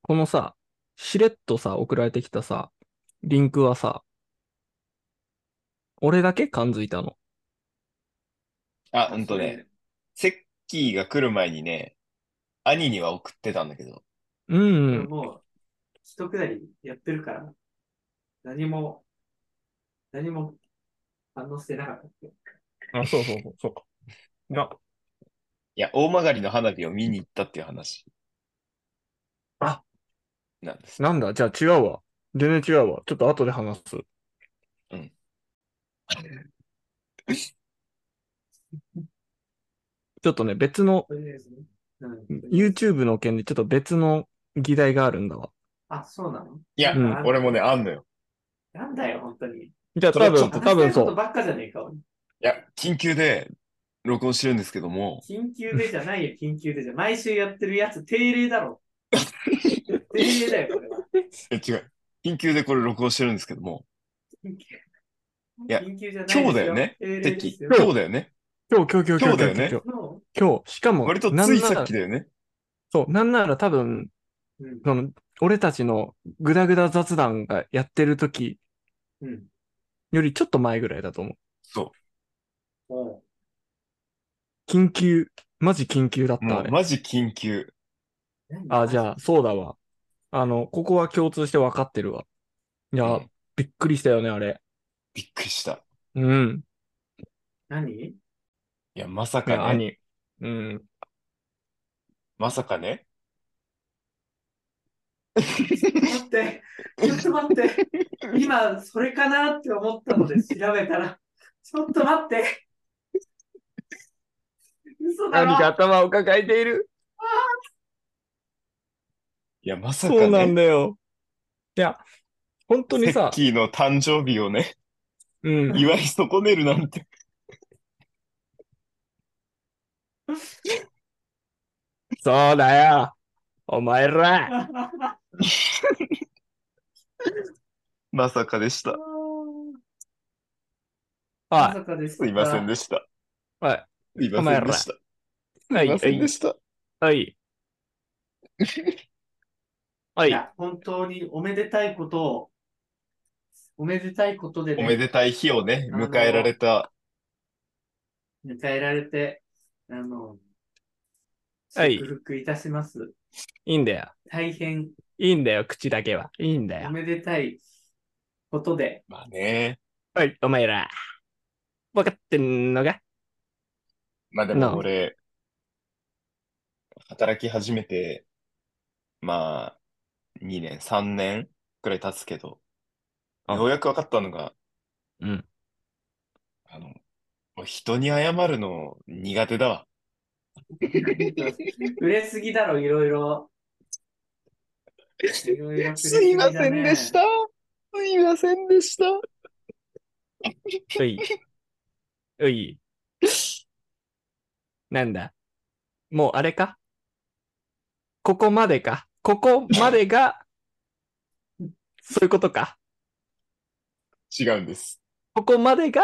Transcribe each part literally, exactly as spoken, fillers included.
このさ、しれっとさ、送られてきたさ、リンクはさ、俺だけ感づいたの。 あ、うあ、 んとね、 それ、 セッキーが来る前にね、兄には送ってたんだけど、 う俺ん。 もう、一くだりやってるから、何も、何も反応してなかった。 あ、そうそうそうそう。な、 いや、大曲の花火を見に行ったっていう話あ、 なんですけど。 なんだ、じゃあ違うわ。全然違うわ。ちょっと後で話す。 うん。 ちょっとね、別の、 とりあえずね。うん、とりあえず。 YouTube の件でちょっと別の議題があるんだわ。 あ、そうなのいや、 なんうん。 かあんの？ 俺もね、あんのよ。 なんだよ、本当に。 じゃあ多分、 それはちょっと、い多話したいこと分そばっかじゃねえか、俺。 や、緊急で録音してるんですけども、 緊急でじゃないよ、緊急でじゃ。毎週やってるやつ、定例だろ。定例だよ、これは。 え、違う。緊急でこれ録音してるんですけども、 緊急、 いや、 緊急じゃない今ですよ。 日だよね。 定セッキー。 例ですよ。 う。今日、 今日だよね。 今日、今日、今日、今日、今日、 今日だよね。 今日、 の、 今日、しかも、 割とついさっなんなら、 きだよね。 そう、なんなら多分、 うん、 その、俺たちのグダグダ雑談がやってる時うん。 よりちょっと前ぐらいだと思う。 そおう。 緊急、マジ緊急だっう。 た、あれ。 もうマジ緊急。 何あ、 マジ？ じゃあ、そうだわ。あの、ここは共通して分かってるわ。いや、 うん。 びっくりしたよね、あれ。 びっくりした。 うん。 何？ いや、まさいや、 かね。 兄。うん。 まさかね。 ちょっと待って、ちょっと待って。今、それかなって思ったので調べたら、ちょっと待って、嘘だ兄がろ。 頭を抱えている。 いや、まさそうなんかね。 だよ。いや、本当にセッさ、 キーの誕生日をね、 うん。 祝い損ねるなんて。 そうだよ。お前ら。 まさかでした。 おい、 まさかでしすいませんでた。 した。 おい、 すいませお前ら。 んでした。すはい、 いまはい、 せんでした。 はい、はい。 いや、本当におめでたいことを、おめでたいことでね、 おめでたい日をね、 あ迎えられの、 た。 迎えられて、あの、祝はい。 福いたします。 いいんだよ。 大変いいんだよ、口だけは。いいんだよ。 おめでたいことで、 まあね。 はい、お前ら。わかってんのかまあでもの俺、働き始めて、まあ、にねん、さんねんくらい経つけど、よあ、 うやく分かったのが、 うん。 あの、人に謝るの苦手だわ。 触れすぎだろ、いろいろ。いろいろ触すいれすぎだませんでしね。 た。すいませんでした。 うい、うい。なんだ。もうあれかここまでかここまでが、そういうことか。 違うんです。 ここまでが、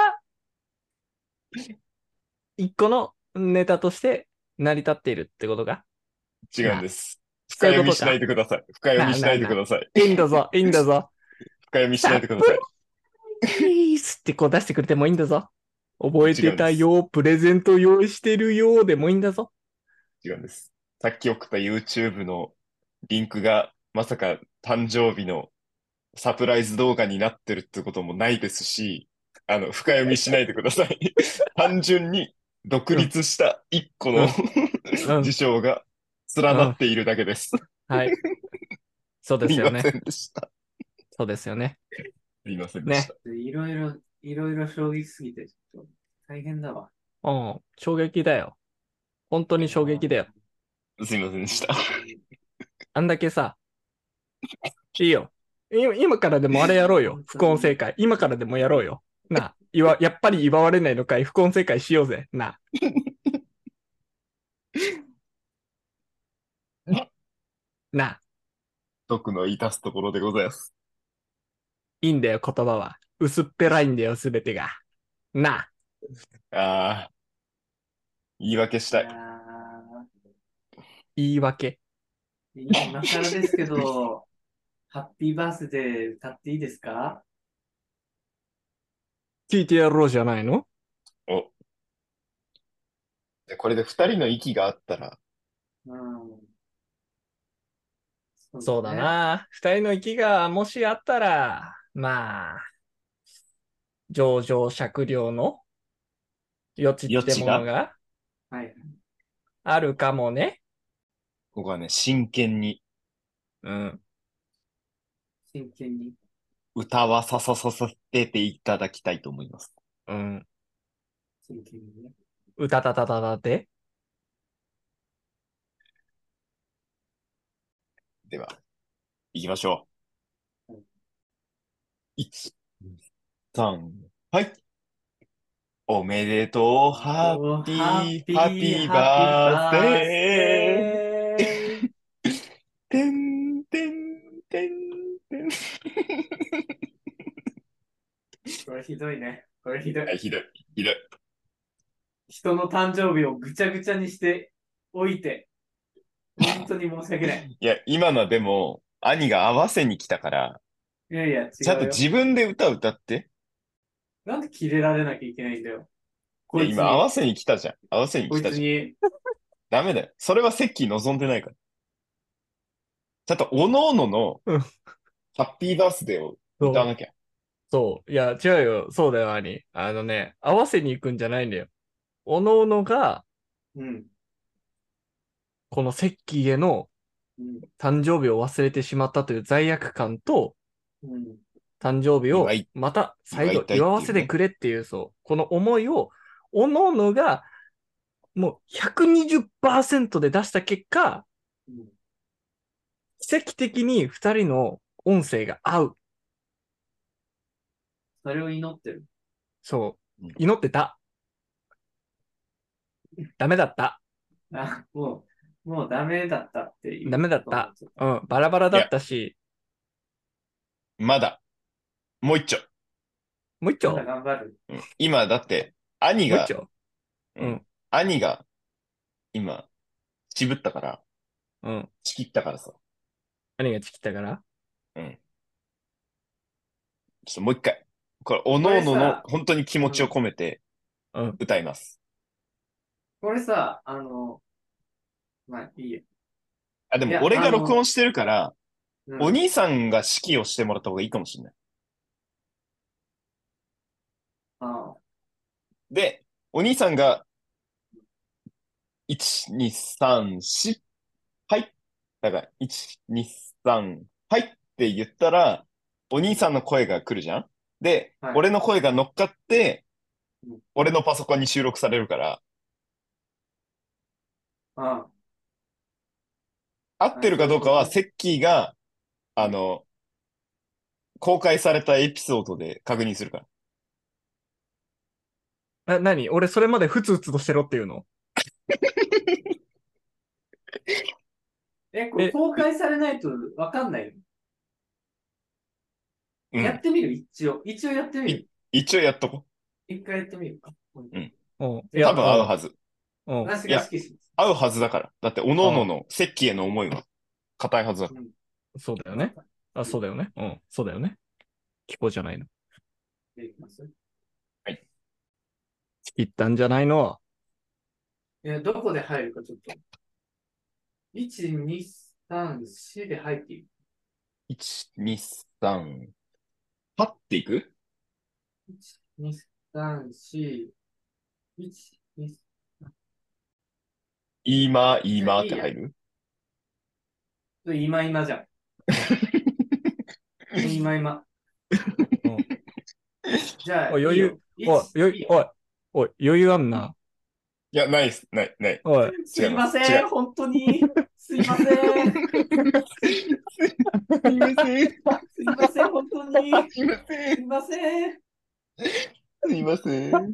一個のネタとして成り立っているってことか違うんなあ、 です。深そういう読みしないことか。 でください。深読なあみしないなあなあ。 でください。 いいんだぞ、いいんだぞ。 深読みしなサプいでください。 リーズってこう出してくれてもいいんだぞ。覚えて違うんです。 たよ、プレゼント用意してるよでもいいんだぞ。 違うんです。さっき送った YouTube のリンクがまさか誕生日のサプライズ動画になってるってこともないですし、あの、深読みしないでください。単純に独うん、 立した一個のうん、う事ん、 象が連うん。 なっているだけです。すはい。そうですよね。 いませんでした。 そうですよね。 すいませんでしね。 た。 いろいろ、いろいろ衝撃すぎて、ちょっと大変だわ。 うん。衝撃だよ。本当に衝撃だよ。 あすいませんでした。 ーあんだけさ、いいよ。い今からでもあれやろうよ。 本当に。 副音声会。今からでもやろうよ。なあ、いわ、やっぱり祝われないのかい。副音声会しようぜ。なあ。なあ。 徳の致すところでございます。 いいんだよ、言葉は。薄っぺらいんだよ、すべてが。なあ。 ああ、言い訳しいやたい。 ー、 言い訳。 今更ですけど、ハッピーバースデー歌っていいですか？ 聞いてやろうじゃないの？ お、でこれで二人の息があったら、 うん。そうそうだだね。 な。二人の息がもしあったら、まあ、上場酌量の余地って余地が、 ものがはい。 あるかもね。 ここはね、真剣にうん。 真剣に。 歌わさささせていただきたいと思います。 うん。 真剣にね。 歌たたたたて。 では、行きましょはい。 う。いち、に、さん、はい。おめでとう、ハッお、ハッピー、ハッピー、 ピーハッピーバースバースデー。 デー。 てんてんてんてん。 これひどいね。これひどい。 はい、ひどい、ひどい。 人の誕生日をぐちゃぐちゃにしておいて、本当に申し訳ない。 いや、今のはでも、兄が合わせに来たから、 いやいや、違ちゃんとうよ。 自分で歌歌って。 なんでキレられなきゃいけないんだよ。 いや、 こいつに。 今合わせに来たじゃん。合わせにこい来たじゃん。 つに。 ダメだよ。それはセッキー望んでないから。ちゃんと、おのおののうん。 ハッピーバースデーを歌わそう。 なきゃ。 そう。いや、違うよ。そうだよ、兄。あのね、合わせに行くんじゃないんだよ。おのおのが、 うん。 このセッキーへのうん。 誕生日を忘れてしまったという罪悪感と、 うん。 誕生日を祝い、 また再祝いたいっ度祝わていうね。 せてくれっていう、そう、この思いを、おのおのがもうひゃくにじゅっパーセントで出した結果、 うん。 奇跡的に二人の音声が合う。 それを祈ってる。 そう。 うん。 祈ってた。ダメだった。 あ、もう、もうダメだったっていダうメだった。 ことになっちゃった。 うん。バラバラだっいや、 たし、 まだ、もう一丁。 まだもう一丁頑張る。 うん、今、だって、兄が、 もう一丁うん、 うん。 兄が、今、渋ったから、 うん。 仕切ったからさ。 何がチキったから？ うん。ちょっともう一回。これ、おこのおのの、 れさ、 本当に気持ちをうん。 込めてうん。 歌います。 これさ、あの、まあいいや。 あ、でも、 いや、 俺が録音あの、 してるから、 うん。 お兄さんが指揮をしてもらった方がいいかもしれない。 あで、お兄さんが、いち、に、さん、よん、はい。だから、いち、に、さん、はいって言ったら、お兄さんの声が来るじゃん。で、 はい。 俺の声が乗っかって、 うん。 俺のパソコンに収録されるから、 ああ、 合ってるそうかどうかは、 いうこと。 セッキーが、 うん。 あの、公開されたエピソードで確認するから。 な、何俺それまでふつふつとしてろっていうの？ え、これえ、 公開されないとわかんないよ。 うん。 やってみる一応。一応やってみい、 る。 一応やっとこ一回やってみるか。うん。 う。うん。 うん。いや、 多分合ううん。 はず。 うん。 私いや、 が指揮します。 合うはずだから。だって、各々 あのセッキーへの思いは固いはずだかうん。 そうだよね。 わかった。 あ、 いいよ。 そうだよね。うん。そうだよね。聞こうじゃないの。 できます。 ら。はい。 言ったんじゃないの？ いや、どこで入るかちょっと。いち、に、さん、よんで入っている。 いち、に、さん、はっていく。 いち、に、さん、よん、いち、に、 今、 じゃあ今っいいや。 て入る。 今今じゃん。今今。 うん。 じゃおい、余裕、 あいいよ。 おい、 いち、 余裕、 いいよ。 おい、おい、余裕あんな。 いや、ないっす。ない、ない。 おい。 すい違います。違う。 ません。本当に。すいません。 すいません。 すいません。本当に。 すいません。 すいません。 すいません。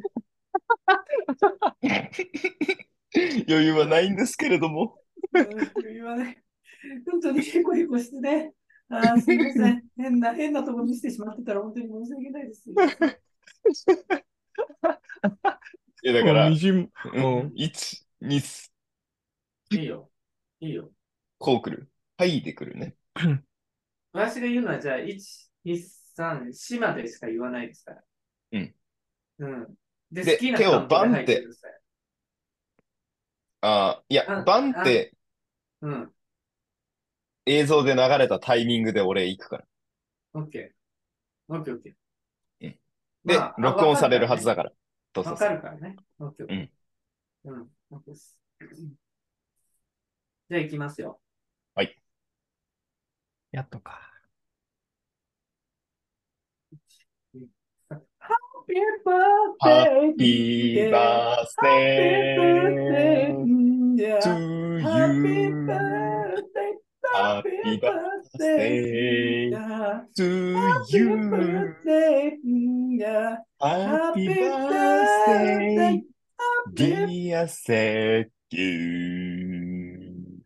余裕はないんですけれども。 うん、言わない。本当にへこへこしてね。あー、すいません。変な、変なとこ見せてしまってたら本当に申し訳ないです。すいません。 いや、だかもう、みら、 じん、 うん、 うん。 うん。 いち、に、 いいよ。いいよ。 こう来る。 はいでくるね。 私が言うのは、じゃあ、いち、に、さん、よんまでしか言わないですから。 うん。 うん。で、 で、 好きな手をカウントで入ってバンって、 ください。 あーいや、 あ、 バンっあ、 てうん。 映像で流れたタイミングで俺行くから。 オッケー。オッケー、オッケー。 うん。で、 まあ、あ、わか録音されるからね。 るはずだから。そうそわかうそるからね。オッケー、オッう。うケん。 ー。うん。オッケーです。じゃあ、行きますよ。 はい。 やっとか。 Happy ハッ birthday, ピー dear. バース Happy デ birthday, ー dear. to Happy you. birthday, Happy happy birthday, birthday dear. to Happy you. birthday, dear. Happy Happy birthday, birthday, happy dear Seki.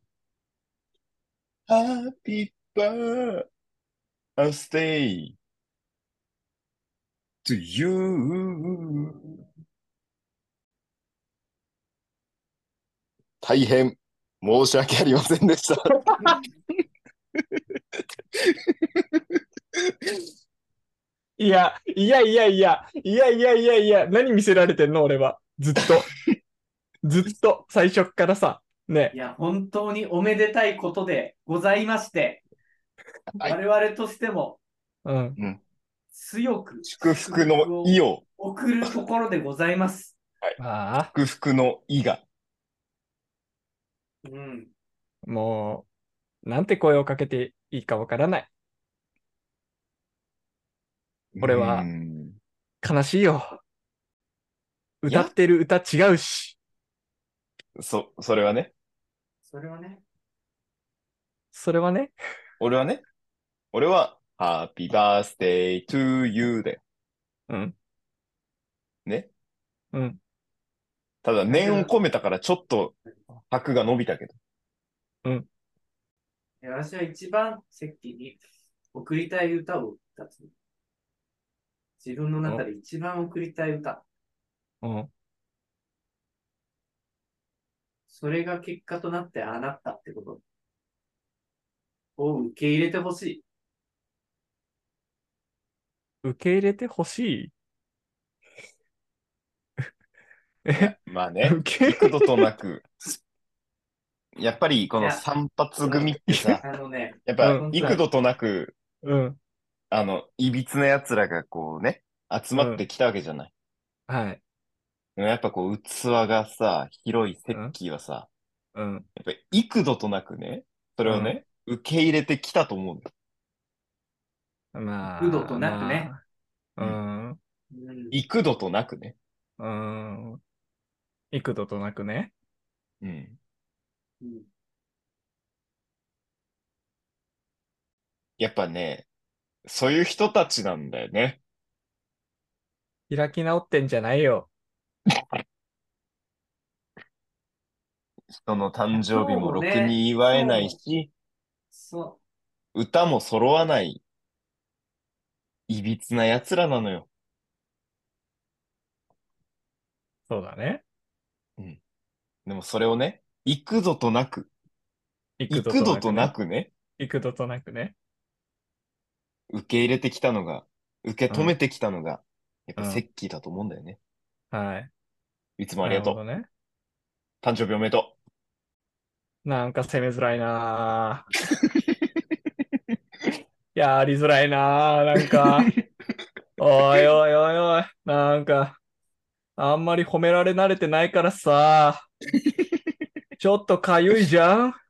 Happy birthday to you. 大変申し訳ありませんでした。 いや、いやいやいや、いやいやいやいや、何見せられてんの俺は。ずっと。ずっと、最初っからさ。ね。 いや、本当におめでたいことでございまして、 はい。 我々としてもうん。 うん。 強く祝福の意を、 送るところでございます。 ああ、 祝福の意が。 うん。 もう、なんて声をかけていいかわからない。俺うーはん。 悲しいよ。 いや、 歌ってる歌違うし。 そ、それはね、 それはね、 それはね。 俺はね、俺は、Happy Birthday to you で、 うん。 ね。 うん。 ただ、念を込めたからちょっと拍が伸びたけど。 うん。 いや私は一番石器に送りたい歌を歌つ。自分の中で一番送りたい歌。 うん。 それが結果となってああなったってことを受け入れてほしい。 受け入れてほしい。 いや、 え、 まあね、 受け幾度となく、やっぱりこのいや、 散髪組ってさ、 あのね、 やっぱうん。 本当に、 幾度となく、 うん。 あの、いびつな奴らがこうね、集まってうん。 きたわけじゃない。 はい。 やっぱこう、器がさ、広いセッうん。 キーはさ、 うん。 やっぱり幾度となくね、それうん。 をね、受け入れてきたと思うんだ。 幾度まあ、 となくね。 まあ。 うん。 うん。 うん。 幾度となくね。 うん。幾度となくね。 うん。 うんやっぱね、そういう人たちなんだよね。 開き直ってんじゃないよ。 人の誕生日もそうろくにね。 祝えないそう。 し、 そ歌も揃わない、いびつな奴らなのよ。 そうだね。 うん。でもそれをね、幾度となく、 幾度幾度となとなくね。 くね、 幾度となくね。 受け入れてきたのが、受けうん。 止めてきたのが、やっぱセうん。 ッキーだと思うんだよね。 はい。 いつもありながとるほどね。 う。誕生日おめでとなんか攻めづらいなぁ。やりづらいなぁ。なんか、おいおいおいおい。なんか、あんまり褒められ慣れてないからさ、ちょっとかゆいじゃん。 う。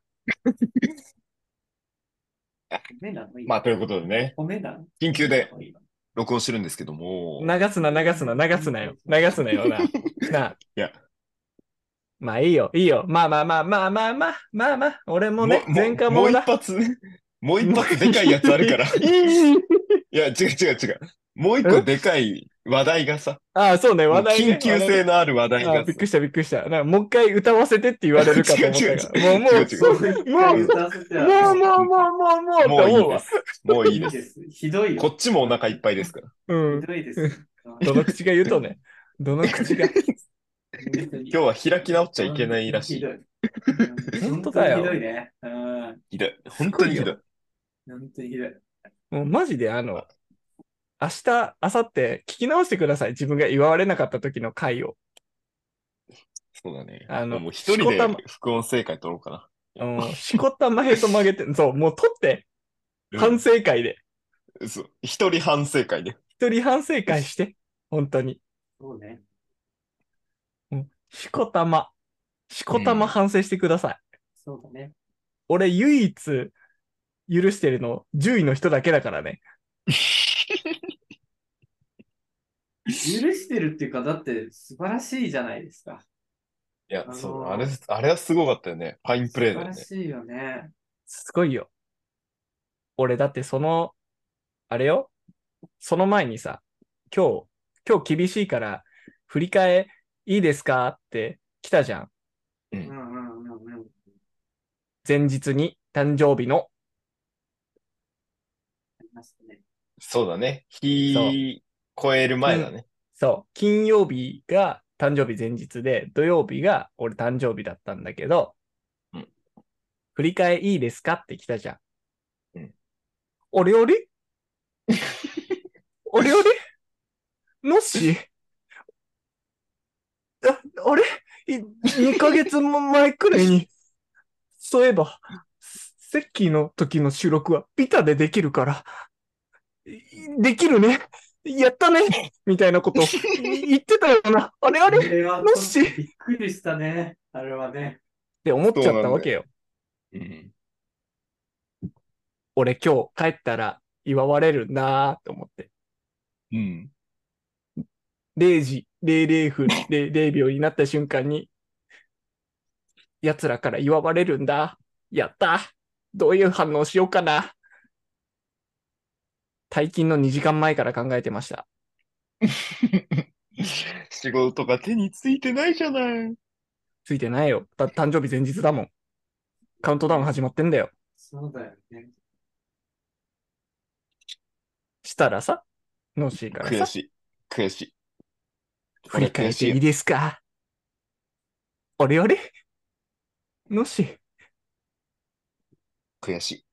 う。目なの今。 まあ、ということでね、 米なの緊急で米なの今。 録音してるんですけども、 流すな、流すな、流すなよ。流すなよな。な、 いや、 まあいいよ、いいよ。まあまあまあまあまあまあ、まあまあ、俺もね、 もう、も前科う、もう一者だ。 発、もう一もう発でかいやつあるから。 いい。 いや、違う違う違う。もう一個えでかい話題がさ、 ああ、そうね、 もう話題ね、 緊急話題ね。 性のある話題ああ、 がさ、 びっくりした、びっくりした。なんかもう一回歌わせてって言われるかと違う違う違う。 思ったから。もう、もう、 違う違う。 もう一もう、 回歌わせては、 もう、 ももう、もう、もう、もうってもういい思うわ。 です。もうういいです。 いいです。ひどいよ。 こっちもお腹いっぱいですから。 うん。 ひどいです。 どの口が言うとね。どの口が。 本当に。 今日は開き直っちゃいけないらしい。 本本当当にひだよ。 どいね。うん。 ひどい。 す本当にひどい。 ごいよ。 本当にひどい。 もうマジであの、明日、明後日聞き直してください。自分が祝われなかった時の回を。 そうだね。 あの、 もう一人で副音声会撮ろうかな。 うん、しこたまへそ曲げて、そう、もう撮って、反省会で。 うん、そう。一人反省会で。 一人反省会して。本当に。 そうね。 うん、しこたま。しこたま反省してください。 そうだね。 俺唯一許してるの、じゅういの人だけだからね。 許してるっていうか、だって素晴らしいじゃないですか。 いや、 あのーそう、あれ、あれはすごかったよね。ファインプレーだよね。 素晴らしいよね。 すごいよ。俺だってその、あれよ。その前にさ、今日、今日厳しいから振り替えいいですかって来たじゃん。 う。 うんんうんうんうん。 前日に誕生日の。 ありましたね。 そうだね。 そう。 日超える前だ金、 ね。 そう。金曜日が誕生日前日で、土曜日が俺誕生日だったんだけど、 うん。 振り替えいいですかって来たじゃん。 うん。 おれおれおれおれのっしあ、あれい ?に ヶ月前くらいに、そういえば、セッキーの時の収録はビタでできるから、できるね。やったね。みたいなこと言ってたよな。あれあれあれはのっしっびっくりしたね。あれはね。 て思っちゃっそうなんだよ。 たわけよ。 うん。 俺今日帰ったら祝われるなーと思って。 うん。 れいじれいれいふんれいれいびょうになった瞬間に、奴らから祝われるんだ。やったどういう反応しようかな。退勤のにじかんまえから考えてました。 仕事が手についてないじゃない。 ついてないよ。た誕生日前日だもん。カウントダウン始まってんだよ。 そうだよね。 したらさ、ノーシーからさ、 悔しい。悔しい。 振り返っていいですかあれあれノーシー。 悔しい。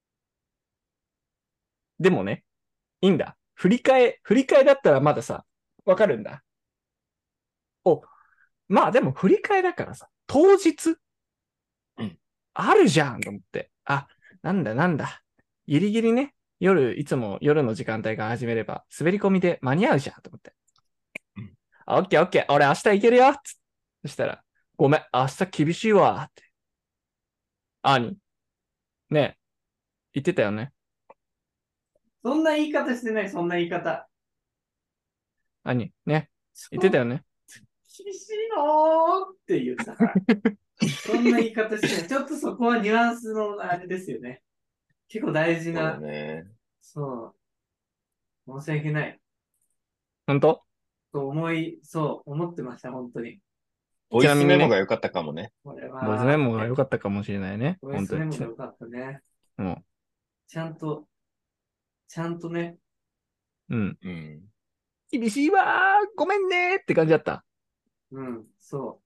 でもね、いいんだ。振り替え、振り替えだったらまださ、わかるんだ。お、まあでも振り替えだからさ、当日、 うん。 あるじゃんと思って。あ、なんだなんだ。ギリギリね、夜、いつも夜の時間帯が始めれば、滑り込みで間に合うじゃんと思って。 うん。 あ、オッケーオッケー、俺明日行けるよつそしたら、ごめん、明日厳しいわって。兄、ね、言ってたよね。 そんな言い方してない、そんな言い方。 兄、ね、言ってたよね。 厳しいのーって言ってたから。そんな言い方してない。ちょっとそこはニュアンスのあれですよね。結構大事そうだな。 ね。 そう。申し訳ない。 ほんとと思い、そう、思ってました、本当に。 ボイスちなみにね、 メモが良かったかもね。 これボイスメは、 モが良かったかもしれないね。 ボイス本当に。ちメモが良かったね。 もちゃんと、ちゃんとね。 う、うん。 うん。 厳しいわーごめんねーって感じだった。 うん、そ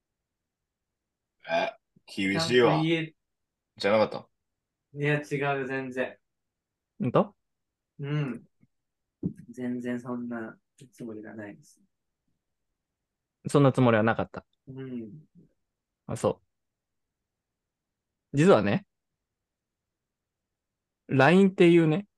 え、 う。ち厳ゃんと言しいわ。 え、 じゃなかった。 いや、違う、全然。 ほんとうん。全然そんなつもりがないです。 そんなつもりはなかった。 うん。 あ、そう。実はね、ライン っていうね、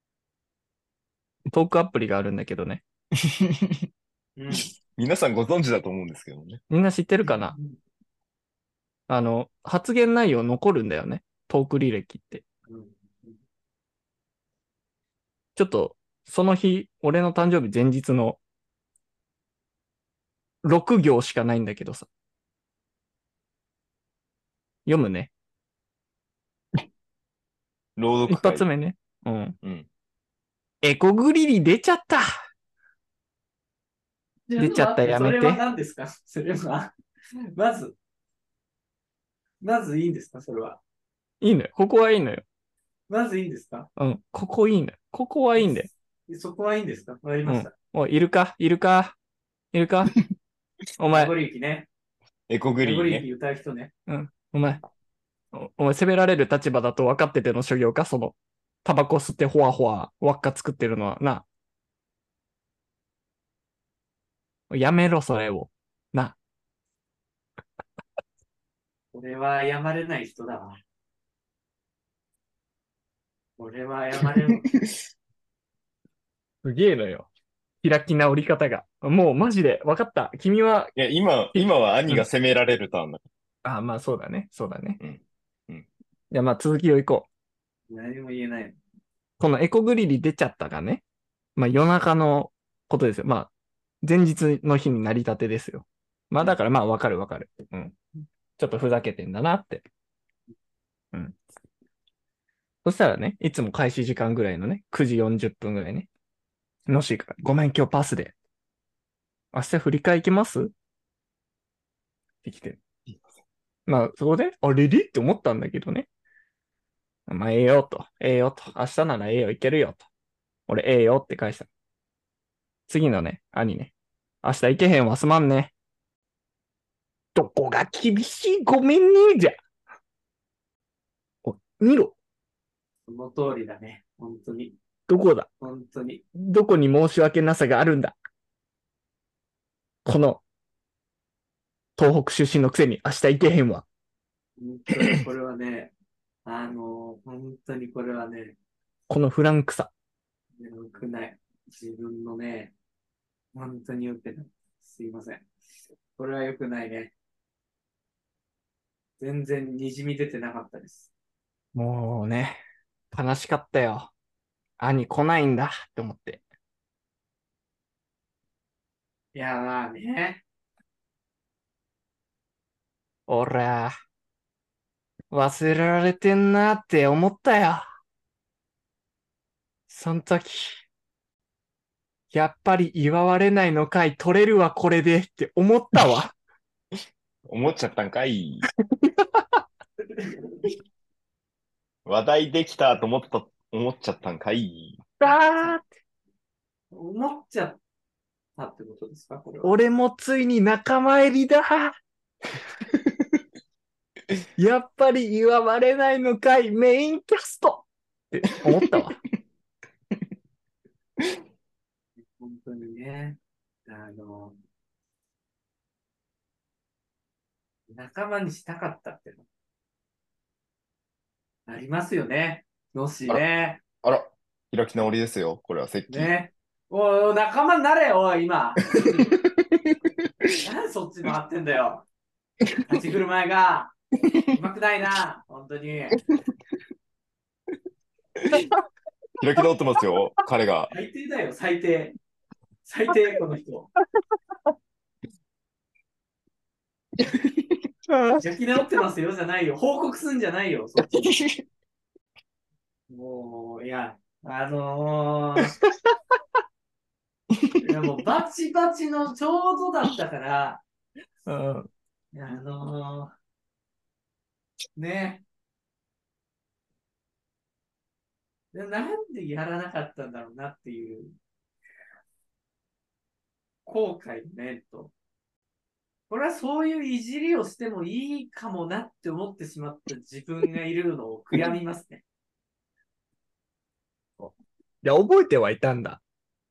トークアプリがあるんだけどね。 うん。 皆さんご存知だと思うんですけどね。 みんな知ってるかなあの、発言内容残るんだよね。トーク履歴って。 うん。 ちょっと、その日、俺の誕生日前日のろく行しかないんだけどさ。読むね。一朗読会。 発目ね。うん。 うん。 エコグリリ出ちゃった。 ちょっ出ちゃったと待って、それはやめて。 何ですか？それは、まず、まずいいんですか？それは。 いいのよ。ここはいいのよ。 まずいいんですか？ うん。ここいいのよ。ここはいいんだよ。 そこはいいんですか？わかりうん。 ました。 おい、いるかいるかいるかお名残前、 雪ね。 エコグ名残リーンね。 雪歌う人ね。 うん、お前、おお前責められる立場だと分かってての所業か、その、タバコ吸ってほわほわ輪っか作ってるのはな。やめろ、それを。な。 俺は謝れない人だわ。俺は謝れる。 すげえのよ。開き直り方が。もうマジで分かった。君は、 いや、今、 い今は兄うん。 が責められるターンだ。 あ、まあそうだね。そうだね。 うん。うん。 じゃあまあ続きをいこう。 何も言えない。 このエコグリル出ちゃったがね。まあ夜中のことですよ。まあ、前日の日になりたてですよ。まあだからまあ分かる分かる。うん。ちょっとふざけてんだなって。うん。そしたらね、いつも開始時間ぐらいのね、くじよんじゅっぷんぐらいね。のしが、ごめん、今日パスで。明日振り替え行きますって来て。まあ、そこで、あれれって思ったんだけどね。まあ、ええよと。ええよと。明日ならええよ、いけるよと。俺、ええよって返した。次のね、兄ね。明日行けへんわ、すまんね。どこが厳しいごめんね、じゃ。お、見ろ。 その通りだね。本当に。 どこだ。 本当に。 どこに申し訳なさがあるんだ。この、東北出身のくせに明日行けへんわ。 本当にこれはね、あの、本当にこれはね、 このフランクさ。 良くない。自分のね、本当に良くない。すいません。これは良くないね。全然滲み出てなかったです。 もうね、悲しかったよ。兄来ないんだって思って。 いや、まあね。 おら、忘れられてんなって思ったよ。そん時、やっぱり祝われないのかい、取れるわ、これでって思ったわ。 思っちゃったんかい。話題できたと思った、思っちゃったんかい。 あー、 思っちゃったってことですか、これは。 俺もついに仲間入りだ。やっぱり祝われないのかい、メインキャストって思ったわ。 本当にね。あの、仲間にしたかったってのありますよね。のしあら、 ね。 あら、開き直りですよ。これは石器。 ね。おい、仲間になれよ、おい、今。すぐに。なんでそっち回ってんだよ。立ち振る舞いが。うまくないな。本当に。 開き直ってますよ、彼が。 最低だよ、最低。最低、この人。開き直ってますよ、じゃないよ。報告すんじゃないよ、そっちに。もう、いや、あのー、いやもうバチバチのちょうどだったから、 うん、 いやあのー、ね。でなんでやらなかったんだろうなっていう後悔の念と、これはそういういじりをしてもいいかもなって思ってしまった自分がいるのを悔やみますね。 いや、覚えてはいたんだ。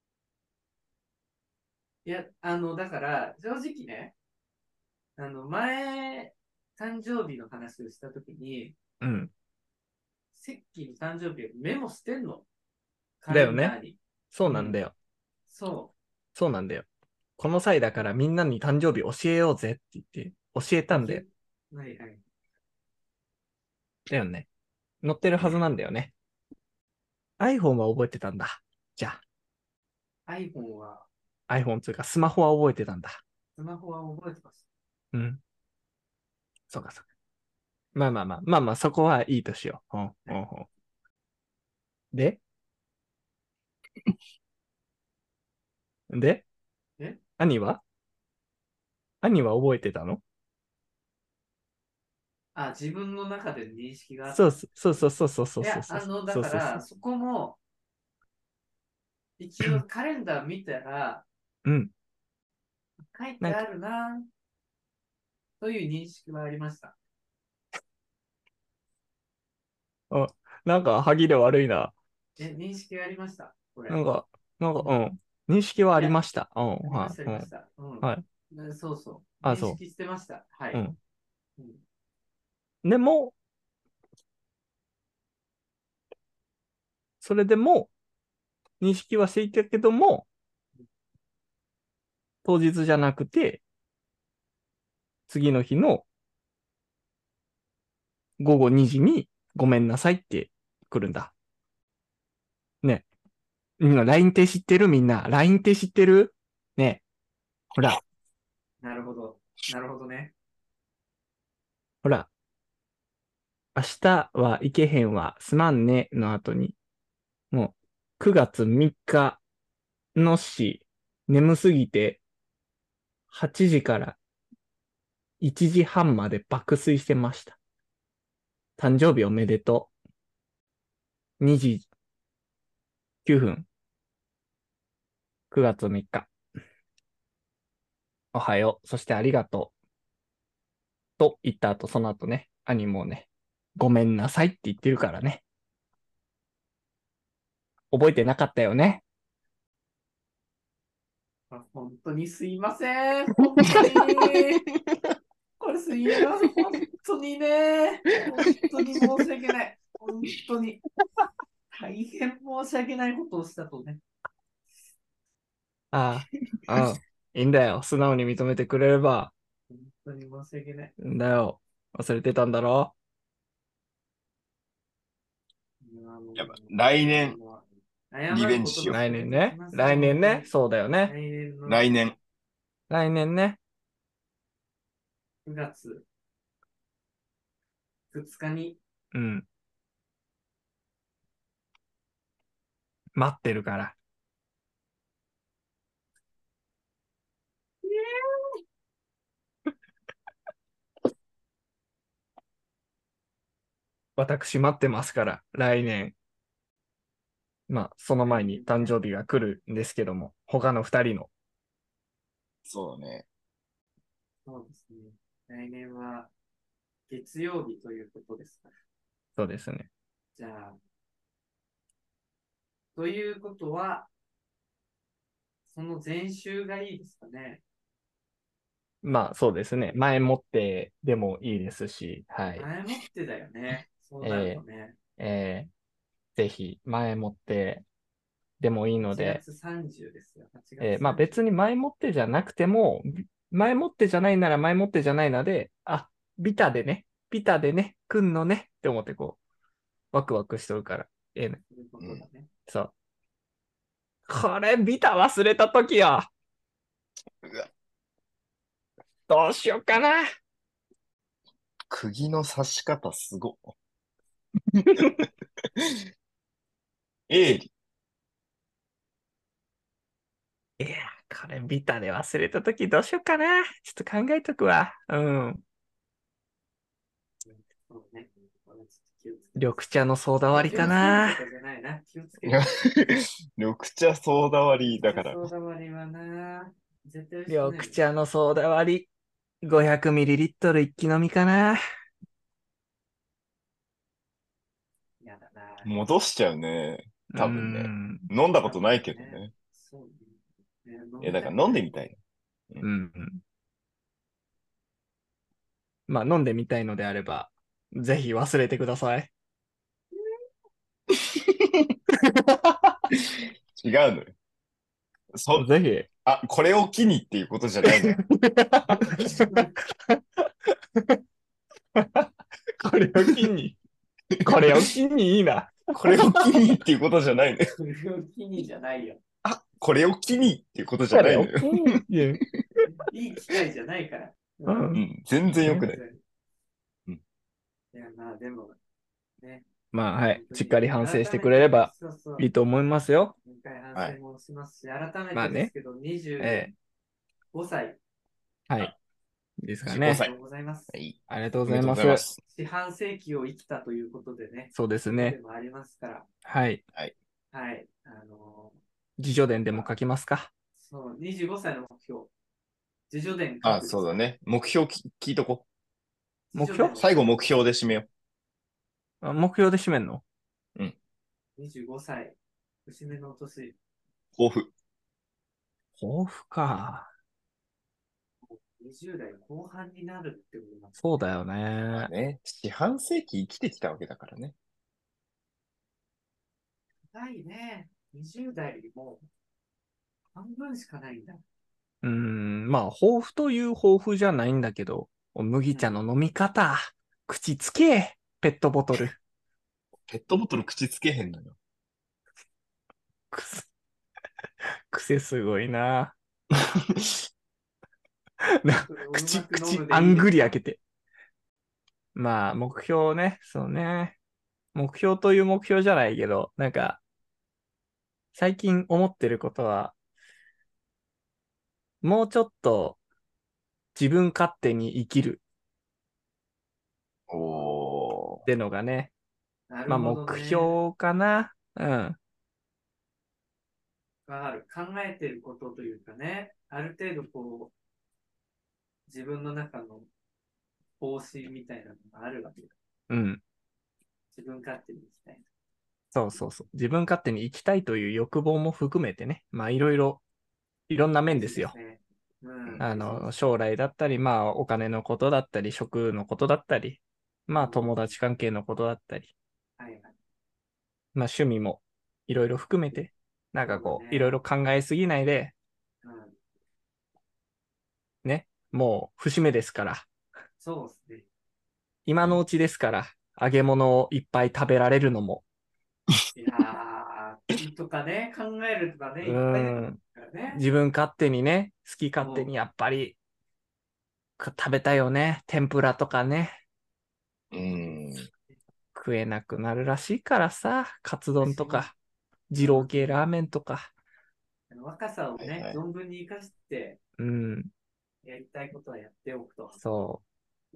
いや、あの、だから、正直ね、あの、前、誕生日の話をしたときに、 うん。 セッキーの誕生日をメモしてんの。カレだよね。 ンダーに。 そううん。 なんだよ。 そそうなんだよ。この際だからみんなに誕生日教えようぜって言って教えう。 たんだよ。 教え、はいはい。 だよね。載ってるはずなんだよね。iPhone は覚えてたんだ。じゃ iPhone は、 あ、iPhone つうかスマホは覚えてたんだ。 スマホは覚えてます。 うん。そうかそうか。まあまあまあ、まあまあ、そこはいいとしよう。うん、うん、 はい。 うん。で、で、 え兄は兄は覚えてたの？ あ、自分の中で認識があっそうた。 そうそうそうそうそういや、 そうそうあの、だそうそうそう。 から、そこも、一応カレンダー見たら、 うん。 書いてあるなという認識はありました。 あ、なんか歯切れ悪いな。 え、認識がありました。これ。 なんか、なんか、 ううんん。認識はありました。うん、 ありました、あはい、うん。 りました。うん。 はい。 ねそうそう。 あ、そ認識してました。はう。うい。 ん。 うんでも、それでも、認識はしていたけども、当日じゃなくて、次の日の午後にじにごめんなさいって来るんだ。ね。みんな ライン って知ってるみんな。ライン って知ってるね。ほら、 なるほど。なるほどね。 ほら。明日は行けへんわ。すまんね。の後に。もう、くがつみっかのし、眠すぎて、はちじからいちじはんまで爆睡してました。誕生日おめでとう。にじきゅうふん。くがつみっか。おはよう。そしてありがとう。と言った後、その後ね、兄もね、ごめんなさいって言ってるからね。覚えてなかったよね。 あ本当にすいません。本当に。これすいません。本当にね。本当に申し訳ない。本当に。大変申し訳ないことをしたとね。 ああ、うん。いいんだよ。素直に認めてくれれば。 本当に申し訳ない。 いいんだよ。忘れてたんだろやっぱ来年リベンジしよう。 来年ね。来年ね。そうだよね。 来年の来年。 来年ね。 くがつふつかにうん。待ってるから。私待ってますから、来年。まあ、その前に誕生日が来るんですけども、他の二人の。 そうだね。 そうですね。来年は月曜日ということですから。 そうですね。 じゃあ、ということは、その前週がいいですかね。 まあ、そうですね。前もってでもいいですし、はい。 前もってだよね。そうなるえとね。 ー、えー、ぜひ、前もってでもいいの 8 で、 月さんじゅうですよ。はちがつえーまあさんじゅう。 別に前もってじゃなくても、前もってじゃないなら前もってじゃないので、あ、ビタでね、ビタでね、来んのねって思ってこう、ワクワクしとるから、ええね。 そういうことだね。 そう。これ、ビタ忘れたときよ。 うわ、 どうしようかな。 釘の刺し方すご。鋭利。 いや、これ、ビタで忘れたときどうしようかな。ちょっと考えとくわ。うん。 そうね。これちょっと気をつけて緑茶のソーダ割りか気をつけるな。 とかじゃないな。気をつける。 緑茶ソーダ割りだから。 そうだわりはな。絶対美味しくない緑茶のソーダ割り、ごひゃくミリリットル 一気飲みかな。 やだな。 戻しちゃうね。 うー多分ね。 ん。 飲んだことないけどね。 そうね。ね飲え、だかみたくないら飲んでみたい。ううんん。まあ、飲んでみたいのであれば、ぜひ忘れてください。 違うのよ。そ、 ぜひ。 あ、これを機にっていうことじゃないのよ。 これを機に、これを機にいいな。 これを機にっていうことじゃないのよ。 それを機にじゃないよ。 あ、これを機にっていうことじゃこないのよ。 れを機に。いやいい機会じゃないから。 ううんん。 うん、全然良くない。 全然うん。 いや、まあでも、ね。 まあ、はい。 本当にしっかり反省してくれれ改めてばそうそう。 いいと思いますよ。 もう一回反はい。 省もしますし、改めまあね。 てですけど、25 え歳、 ーはい。ですか 25 おめでね。 歳。 とうございます。 はい。 ありがとうごおめでとうざいます。 ございます。 四半世紀を生きたということでね、 そうですね。 ことでもありますから、 はい。 はい。 はい。あの自叙伝でも書きますか。 そう、にじゅうごさいの目標。 自叙伝あ、 書く。 そうだね。目標き聞いとこ。 目標自叙伝最後目標で締めよあ目標で締めんの？ う。うん。 にじゅうごさい、節目の年、 抱負。 抱負か。 にじゅう代後半になるってことなんですそうだよね。 まあね。四半世紀生きてきたわけだからね。 ないね。にじゅう代もう半分しかないんだ。 うーん、まあ、抱負という抱負じゃないんだけど、麦茶の飲み方、口つけ、ペットボトル。 ペットボトル口つけへんのよ。 くせ、癖すごいな。なそれをうま口、 く飲口、 むでいいですか。 あんぐり開けて。まあ、目標ね、そうね。目標という目標じゃないけど、なんか、最近思ってることは、もうちょっと自分勝手に生きるおってのがね、まあなるほど目ね。 標かな。うん。 がある。考えてることというかね、ある程度こう、自分の中の方針みたいなのがあるわけだ。 うん。 自分勝手に行きたいそうそうそう。自分勝手に生きたいという欲望も含めてね、まあいろいろ、いろんなな。 面ですよ。 ね。うん、 あの、 大事です。 将来だったり、まあお金のことだったり、職のことだったり、まあ友達関係のことだったり、 はいはい。 まあ趣味もいろいろ含めて、なんかこう、いろいそうだね。 ろ考えすぎないで、 うん、 ね、もう節目ですから、 そうですね。 今のうちですから、揚げ物をいっぱい食べられるのも、 いやー、とかね、考えるとかね、 ういっぱい出てくるん、 からね。 自分勝手にね、好き勝手もにやっぱりか食べたいよね。天ぷらとかね、 ー。うーん。 食えなくなるらしいからさ、カツう、私も、 丼とか、二郎系ラーメンとか、 うん、若さをね、 はいはい。 存分に生かして、 うん、 やりたいことはやっておくと。 そう、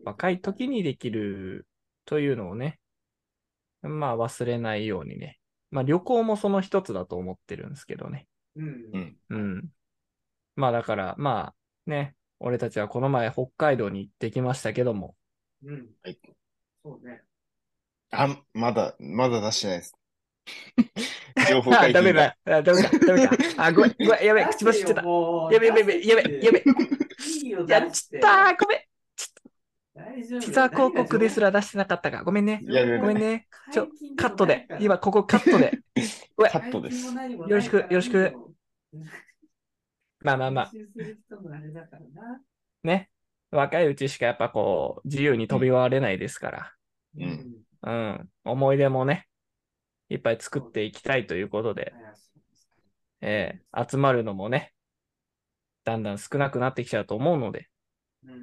若い時にできるというのをね、まあ忘れないようにね。まあ旅行もその一つだと思ってるんですけどね。 うん。 うん。 うん。まあだから、まあね、俺たちはこの前北海道に行ってきましたけども。 うん。 はい。 そうね。 あ、まだ、まだ出してないです。情報あ、 解禁が。 ダメだ。あ、ダメか、ダメか。あ、ごめん、ごめん、やべえ、口出せよ、 走ってた。 もう。 やべえ、やべえ、やべえ、やべえ。 いいよ、出やっちったして。 ー、ごめん。 大丈夫だよ。 ティザー広何が情告ですら出してなかったか。ごめんね。 いや、でごめんね。ちょ、 解禁でもカットで。 ないから。 今、ここカットで。ごめん。 カット解禁もです。 何もよろしく、 ないからよろしく。 いいよ。 まあまあまあ。 編集する人のあれだからな。 ね。若いうちしかやっぱこう、自由に飛うん。 び回れないですかうん。 うん。 ら。うん。思い出もね、いっぱい作っそうていきたいということで、 あそうですえー集まるのもね、だんだん少なくなってきちゃうと思うので、 うん。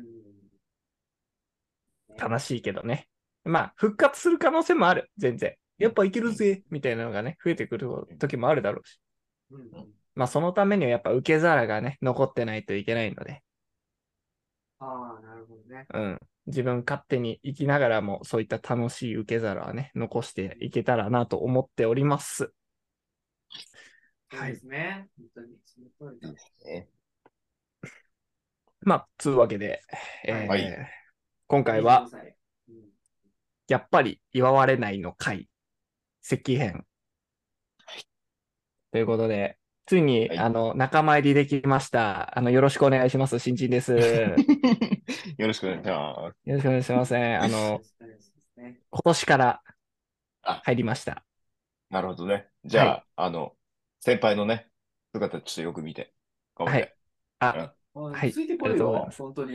ね、 悲しいけどね。まあ、復活する可能性もある。全然。やっぱいけうん。 るぜ、みたいなのがね、増えてくる時もあるだろうし。 うん。 まあ、そのためにはやっぱ受け皿がね、残ってないといけないので、 ああ、なるほどね。 うん。自分勝手に生きながらも、そういった楽しい受け皿はね、残していけたらなと思っております。 そうではい。 すね。本当に、その通りだ。 いいですね。 まあ、つうわけで、 はい。 はい。 えー、今回 25 は、 歳。うん。 やっぱり祝われないの回、赤編ということで、ついに、 はい。 あの、仲間入りできました。あの、よろしくお願いします。新人です。よよろしくお願いします。 ろしくお願いします。あの、 よろしくお願いしますね。 今年からあ、 入りました。 なるほどね。じはい。 ゃあ、あの、先輩のね、姿ちょっとよく見て、頑張っはい。 て。うあ、 ん。 おい、 はい。 ついてありこいよ、 がとうございます。 本当に。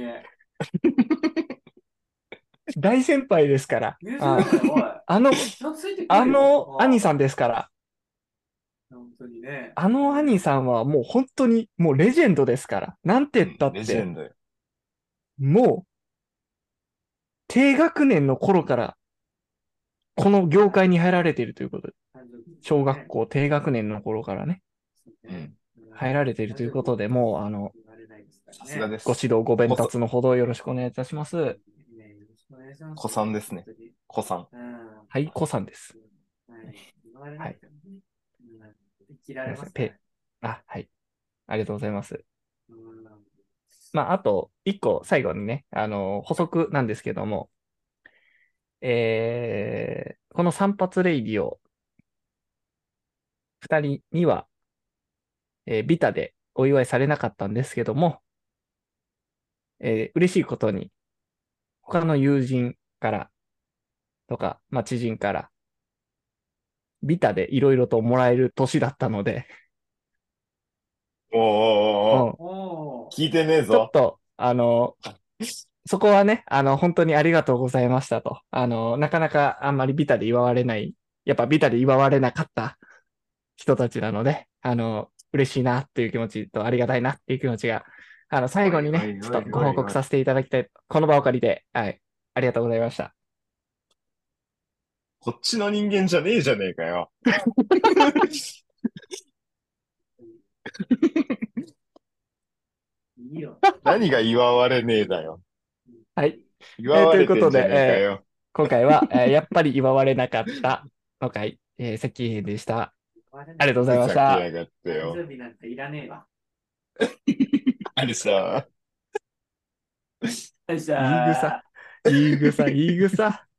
大先輩ですから。 許せあ、 ない、おい。 あの、 ちゃんとついてこあいよ。 の兄さあんですから。 あ、本当にね。 あの兄さんはもう本当にもうレジェンドですから。なんて言ったうん、レジェって、 ンドよ。 もう低学年の頃からこの業界に入られているということで、 誕生日です小学ね。 校低学年の頃からね、 そうね。 うん。 入られているということで、もうあの、 言われないですからさすがね。 ごです。 指導ご鞭子さ、 達のほどよろしくお願いいたします。 ね、よろしくお願いします子よ。 さんですね。 本当に。 子さん。 うん。 はい、子さんです。 はい。言われはい。 ないからね。うん。生きらすいません。 れますから。 ペ、あ、はい。ありがとうございます。 うん。 まあ、あと、一個最後にね、あの、補足なんですけども、えー、この散髪レイディオ、二人には、えービタでお祝いされなかったんですけども、えー嬉しいことに、他の友人からとか、まあ、知人から、ビタでいろいろともらえる年だったので、 おーおーおーおー、 うん、 おー。 聞いてねえぞ。 ちょっと、あの、そこはね、あの、本当にありがとうございましたと。あの、なかなかあんまりビタで祝われない、やっぱビタで祝われなかった人たちなので、あの、嬉しいなっていう気持ちと、ありがたいなっていう気持ちが、あの、最後にね、 おいおいちょっとごおいおいおい。 報告させていただきたい。この場を借りて、はい、ありがとうございました。 こっちの人間じゃねえじゃねえかよ。 いいよ。 何が祝われねえだよ。 はい。 祝えーとわれてんじゃいうことで、えーねえかよ。 今回は、えーやっぱり祝われなかったの回、えー、赤編でした。ありがとうございふました。 ざけやがって誕よ。 生日なんかいらねえわ。 あれさ、 よっしいいぐさ、 ゃー。 いいぐさ、いいぐさ。